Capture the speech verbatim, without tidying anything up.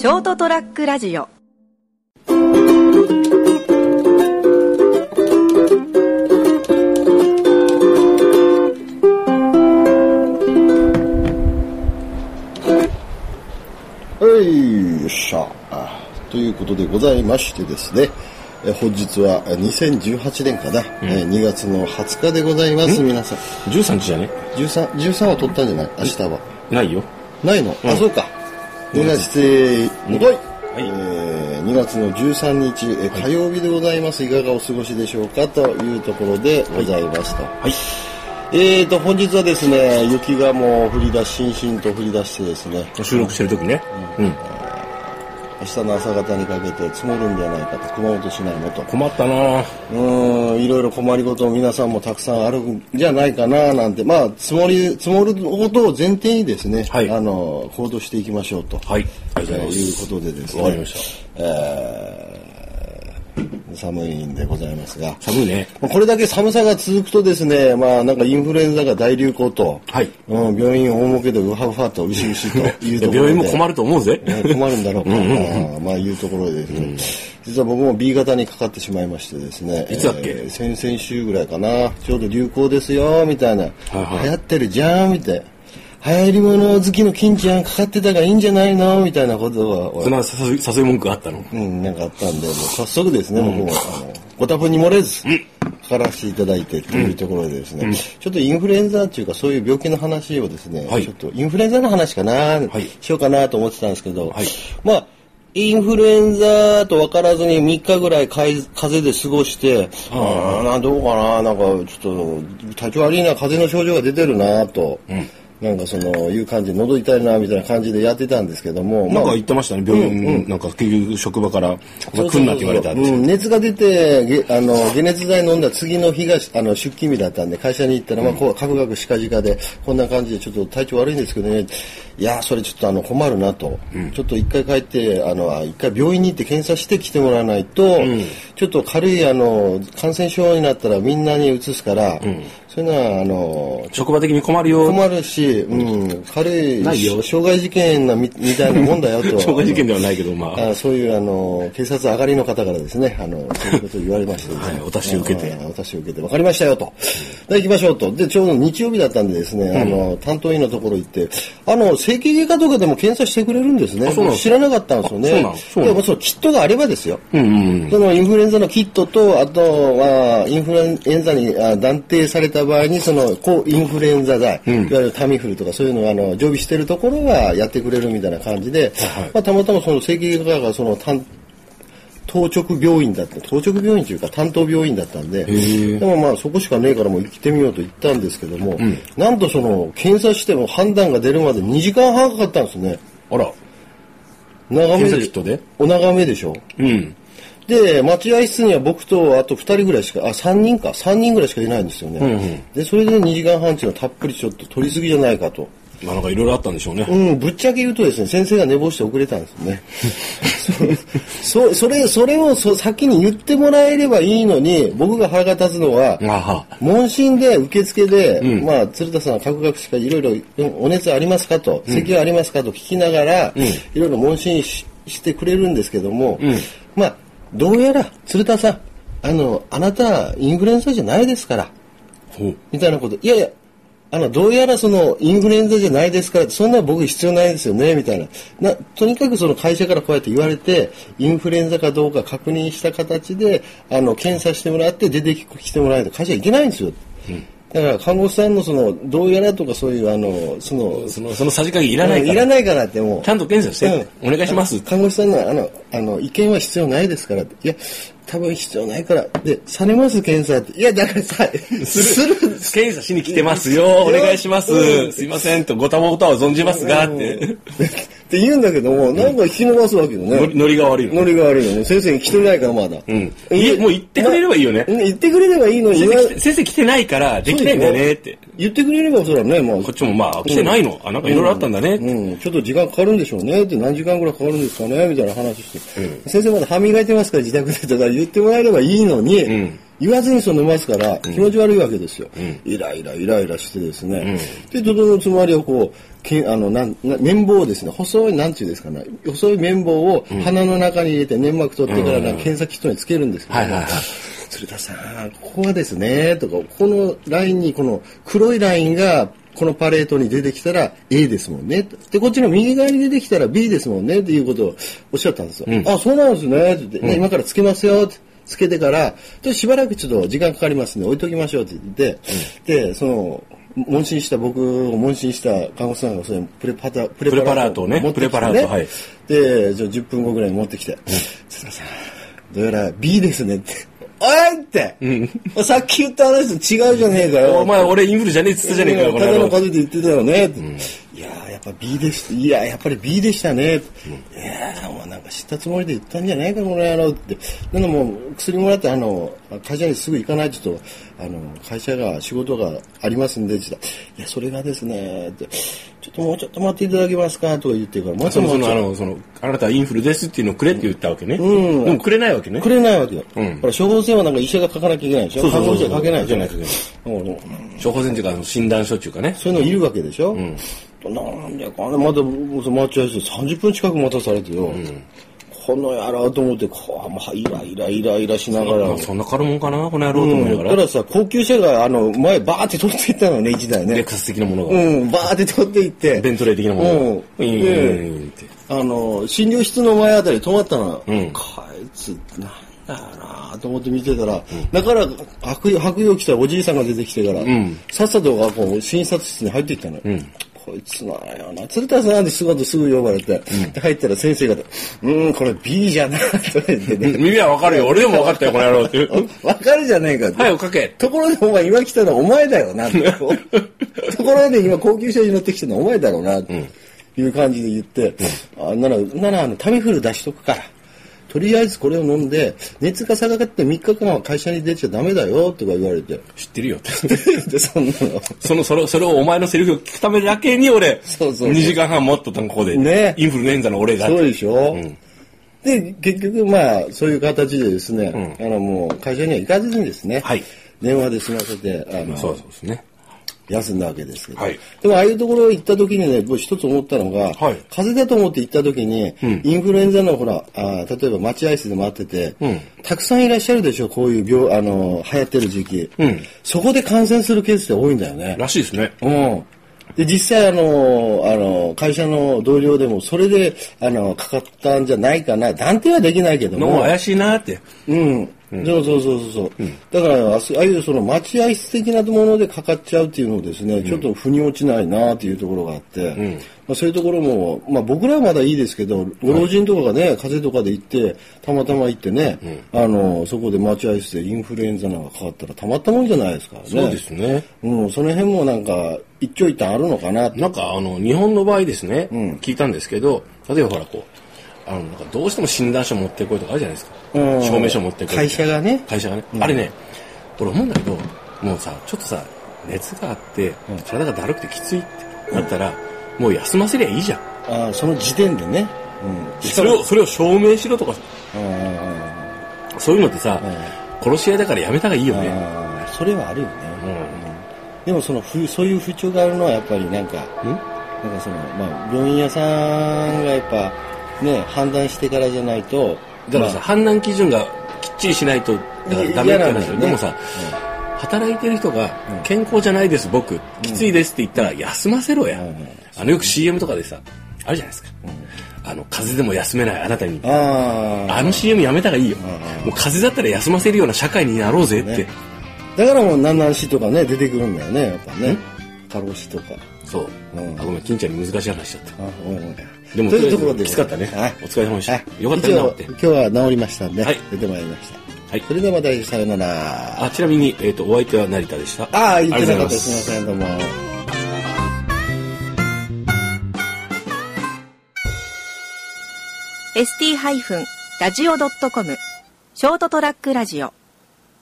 ショートトラックラジオ。 よいしょということでございましてですね、え本日はにせんじゅうはちねんかな、うんえー、にがつのはつかでございます。皆さんじゅうさんにちじゃねじゅうさん, じゅうさんは取ったんじゃない？明日はないよ。 ないの、うん、あ、そうか。にがつ、えー、はい、えー、にがつのじゅうさんにち、えー、火曜日でございます。いかがお過ごしでしょうかというところでございますと。はい。えーと、本日はですね、雪がもう降り出し、しんしんと降り出してですね。 収録してる時ね。うん。うん明日の朝方にかけて積もるんじゃないかと、熊本市内もと。 困ったなぁ。うん、いろいろ困りごと皆さんもたくさんあるんじゃないかななんて、まあ、積もり、積もることを前提にですね、はい、あの、行動していきましょうと。はい。ありがとうございます。いうことでですね。 わかりました。 えー寒いんでございますが。 寒いね。 これだけ寒さが続くとですね、まあなんかインフルエンザが大流行と、はい。うん、病院大儲けでウハウハとウシウシというところで。 病院も困ると思うぜ。 困るんだろうか。うんうんうん、まあいうところでですね、うん。実は僕も B 型にかかってしまいましてですね。 いつだっけ、えー、先々週ぐらいかな。ちょうど流行ですよ、みたいな。はいはい、流行ってるじゃん、みたいな。流行り物好きの金ちゃんかかってたがいいんじゃないのみたいなことは。 そんな誘い、誘い文句があったの？ うん、なんかあったんで、もう早速ですね、うん、僕も、あの、ご多分に漏れず、かからせていただいてというところでですね、うん、ちょっとインフルエンザっていうかそういう病気の話をですね、はい、ちょっとインフルエンザの話かな、はい、しようかなと思ってたんですけど、はい、まあ、インフルエンザと分からずにみっかぐらい風邪で過ごして、ああ、どうかな、なんかちょっと体調悪いな、風邪の症状が出てるなと。うんなんかそのいう感じで喉痛いなみたいな感じでやってたんですけども、 なんか言ってましたね、病院、うんうん、なんか結局職場から来んなって言われたんですよ。 うん、熱が出てげあの解熱剤飲んだ次の日があの出勤日だったんで会社に行ったら、まあこうカクカクしかじかでこんな感じでちょっと体調悪いんですけどね、いやそれちょっとあの困るなと、うん、ちょっと一回帰ってあの一回病院に行って検査して来てもらわないと、うん、ちょっと軽いあの感染症になったらみんなに移すから、うん、そういうのはあの職場的に困るよ。 困るし。うん、軽い傷害事件な み, みたいなもんだよと傷害事件ではないけど、まあ、 あそういうあの警察上がりの方からですねあのそういうことを言われまして、ねはい、 お達しを受けてお達しを受けて分かりましたよと、うん、で行きましょうとでちょうど日曜日だったんでですね、うん、あの担当員のところ行ってあの整形外科とかでも検査してくれるんですね。知らなかったんですよね。でもそのキットがあればですよ、うんうんうん、そのインフルエンザのキットとあとはインフルエンザに断定された場合にその抗インフルエンザ剤、うん、いわゆるタミフルとかそういうのをあの常備しているところはやってくれるみたいな感じで、はいまあ、たまたまその整形外科がその当直病院だった当直病院というか担当病院だったんででもまあそこしかねえからもう行ってみようと言ったんですけども、うん、なんとその検査しても判断が出るまでにじかんはんかかったんですね。 あら長めで検査キットでお長めでしょ。うんで待合室には僕とあとふたりぐらいしかあさんにんかさんにんぐらいしかいないんですよね、うんうん、でそれでにじかんはんっていうのはたっぷりちょっと取りすぎじゃないかと。 まあ、なんかいろいろあったんでしょうね。 うん、ぶっちゃけ言うとですね、先生が寝坊して遅れたんですよね。そ, それ、それをそ先に言ってもらえればいいのに、僕が腹が立つのは、問診で受付で、うん、まあ、鶴田さんはカクカクしかいろいろお熱ありますかと、咳はありますかと聞きながら、うん、いろいろ問診 し, してくれるんですけども、うん、まあ、どうやら鶴田さん、あの、あなたインフルエンザじゃないですから、みたいなこと、いやいや、あの、どうやらその、インフルエンザじゃないですから、そんな僕必要ないですよね、みたいな。な、とにかくその会社からこうやって言われて、インフルエンザかどうか確認した形で、あの、検査してもらって出てきてもらえないと会社行けないんですよ。うんだから看護師さんのそのどうやらとかそういうあのそのそのそのさじ加減いらないから、 いらないからってもうちゃんと検査して、うん、お願いします。 看護師さんのあのあの意見は必要ないですからっていや多分必要ないからでされます検査っていやだからさする検査しに来てますよお願いします、うん、すいませんとご多忙とは存じますがって。 って言うんだけども、なんか引き伸ばすわけよね。 ノリが悪いの。 ノリが悪いのね。先生に来てないからまだ。 うん。いもう言ってくれればいいよね。 言ってくれればいいのに。 先生来てないからできないんだよねって。 言ってくれればそらね、まあ。 こっちもまあ来てないの。あ、なんかいろいろあったんだね。 うん。ちょっと時間かかるんでしょうねって何時間ぐらいかかるんですかねみたいな話して。先生まだ歯磨いてますから自宅でとか言ってもらえればいいのに、 言わずにそう飲ますから気持ち悪いわけですよ。うん、イライライライラしてですね。うん、で、喉の詰まりをこう、けあのなんな綿棒をですね、細い、なんていうんですかね、細い綿棒を鼻の中に入れて粘膜取ってからなんか検査キットにつけるんですけども、鶴田さん、ここはですね、とか、このラインにこの黒いラインが、このパレートに出てきたら A ですもんね。で、こっちの右側に出てきたら B ですもんね。っていうことをおっしゃったんですよ。うん、あ、そうなんですね。って言って、ね、うん、今からつけますよ。ってつけてから、しばらくちょっと時間かかりますんで置いときましょうって言って、うん、で、その、問診した僕を問診した看護師さんがそれプレパタプレパラートをね、プレパラート、はい。で、じゃあじゅっぷんごぐらいに持ってきて、津田さん、どうやら B ですねって。おいって、うん、さっき言った話と違うじゃねえかよ。 お前俺インフルじゃねえって言ったじゃねえかよ。 ただの風で言ってたよね。うん、いやーやっぱ B でした。いややっぱり B でしたね。うん、いやーお前なんか知ったつもりで言ったんじゃないかこの野郎って。でもう薬もらってあの会社にすぐ行かないとあの会社が仕事がありますんでって言ったら、いやそれがですねって。ちょっともうちょっと待っていただけますかとか言ってから、 またそのあのそのあなたはインフルですっていうのをくれって言ったわけね。うん。でもくれないわけね。 くれないわけよ。うん。ほら処方箋はなんか医者が書かなきゃいけないでしょ。看護師は書けないじゃないですか。 処方箋っていうか診断書っていうかね。 そういうのいるわけでしょ。うん。なんでかねまた待ち合わせさんじゅっぷん近く待たされてよ。うん。この野郎と思ってこうまあイライライライラしながらそ, そんな軽もんかなこの野郎と思いながら、 うん、たださ高級車があの前バーって取っていったのね一台ねレクサス的なものがうんバーって取っていってベントレー的なものがうん、 であの診療室の前あたり止まったの、うん、こいつなんだろうなと思って見てたら、うん、だから白白衣を着たおじいさんが出てきてから、うん、さっさとこう診察室に入っていったの、うんこいつなんよな。鶴田さんってすぐすぐ呼ばれて、うん、入ったら先生が、うーん、これ B じゃないと言ってね。 耳はわかるよ。俺でもわかったよ、この野郎って。 わかるじゃねえかって。 はい、おかけ。 ところでお前今来たのはお前だよな。ところで今高級車に乗ってきてるのはお前だろうな。っていう感じで言って、うん、あなら、ならあの、タミフル出しとくから。とりあえずこれを飲んで、熱が下がってみっかかんは会社に出ちゃダメだよ、とか言われて。 知ってるよって。で、そんなの。その、それを、それをお前のセリフを聞くためだけに俺、そうそうそうにじかんはんもっとここで。ね。インフルエンザの俺が。 そうでしょ、うん、で、結局まあ、そういう形でですね、うん、あのもう会社には行かずにですね、はい。電話で済ませて、あの、 そうそうですね。 休んだわけですけど、はい、でもああいうところ行った時にね一つ思ったのが、はい、風邪だと思って行った時に、うん、インフルエンザのほらあ例えば待合室で待ってて、うん、たくさんいらっしゃるでしょこういう病あの流行ってる時期、うん、そこで感染するケースって多いんだよねらしいですね。 うんで実際あのあの会社の同僚でもそれであのかかったんじゃないかな断定はできないけども怪しいなってうんうん、そうそうそうそう、うん、だからああいうその待合室的なものでかかっちゃうっていうのをですね、うん、ちょっと腑に落ちないなっていうところがあって、うんまあ、そういうところも、まあ、僕らはまだいいですけどご老人とかがね、はい、風邪とかで行ってたまたま行ってね、うん、あのそこで待合室でインフルエンザなんかかかったらたまったもんじゃないですからね。 そうですね、 うん、その辺もなんか一長一短あるのかなって。 なんかあの日本の場合ですね、うん、聞いたんですけど例えばほらこうあのなんかどうしても診断書持ってこいとかあるじゃないですか、うん、証明書持ってこい会社がね会社がね、うん、あれね俺思うんだけどもうさちょっとさ熱があって体がだるくてきついってなったら、うん、もう休ませりゃいいじゃん。 ああその時点でね、 うん、それをそれを証明しろとかそういうのってさ殺し合いだからやめた方がいいよね。 あそれはあるよね、うんうん、でもそのそういう不調があるのはやっぱりなんかんなんかその、まあ、病院屋さんがやっぱね、判断してからじゃないとだからさ、まあ、判断基準がきっちりしないとだからダメって話よ、ね、でもさ、うん、働いてる人が健康じゃないです僕、うん、きついですって言ったら休ませろや、うん、あのよく シーエム とかでさあるじゃないですか、うん、あの風邪でも休めないあなたにあ, あの シーエム やめた方がいいよ。もう風邪だったら休ませるような社会になろうぜって、ね、 だからもうなんなんしとかね出てくるんだよねやっぱね過労死とかそう、うん、あごめん金ちゃんに難しい話しちゃった。あごめんごめんでもというところで、ね、 きつかったね、はい、お疲れ様でした、はい、よかったね治って今日は治りましたんで、はい、出てまいりました、はい、それではまたさよなら。 あちなみに、えー、とお相手は成田でした。 ああ言ってなかったすみませんどうも。 エスティー ラジオ ドットコム ショートトラックラジオ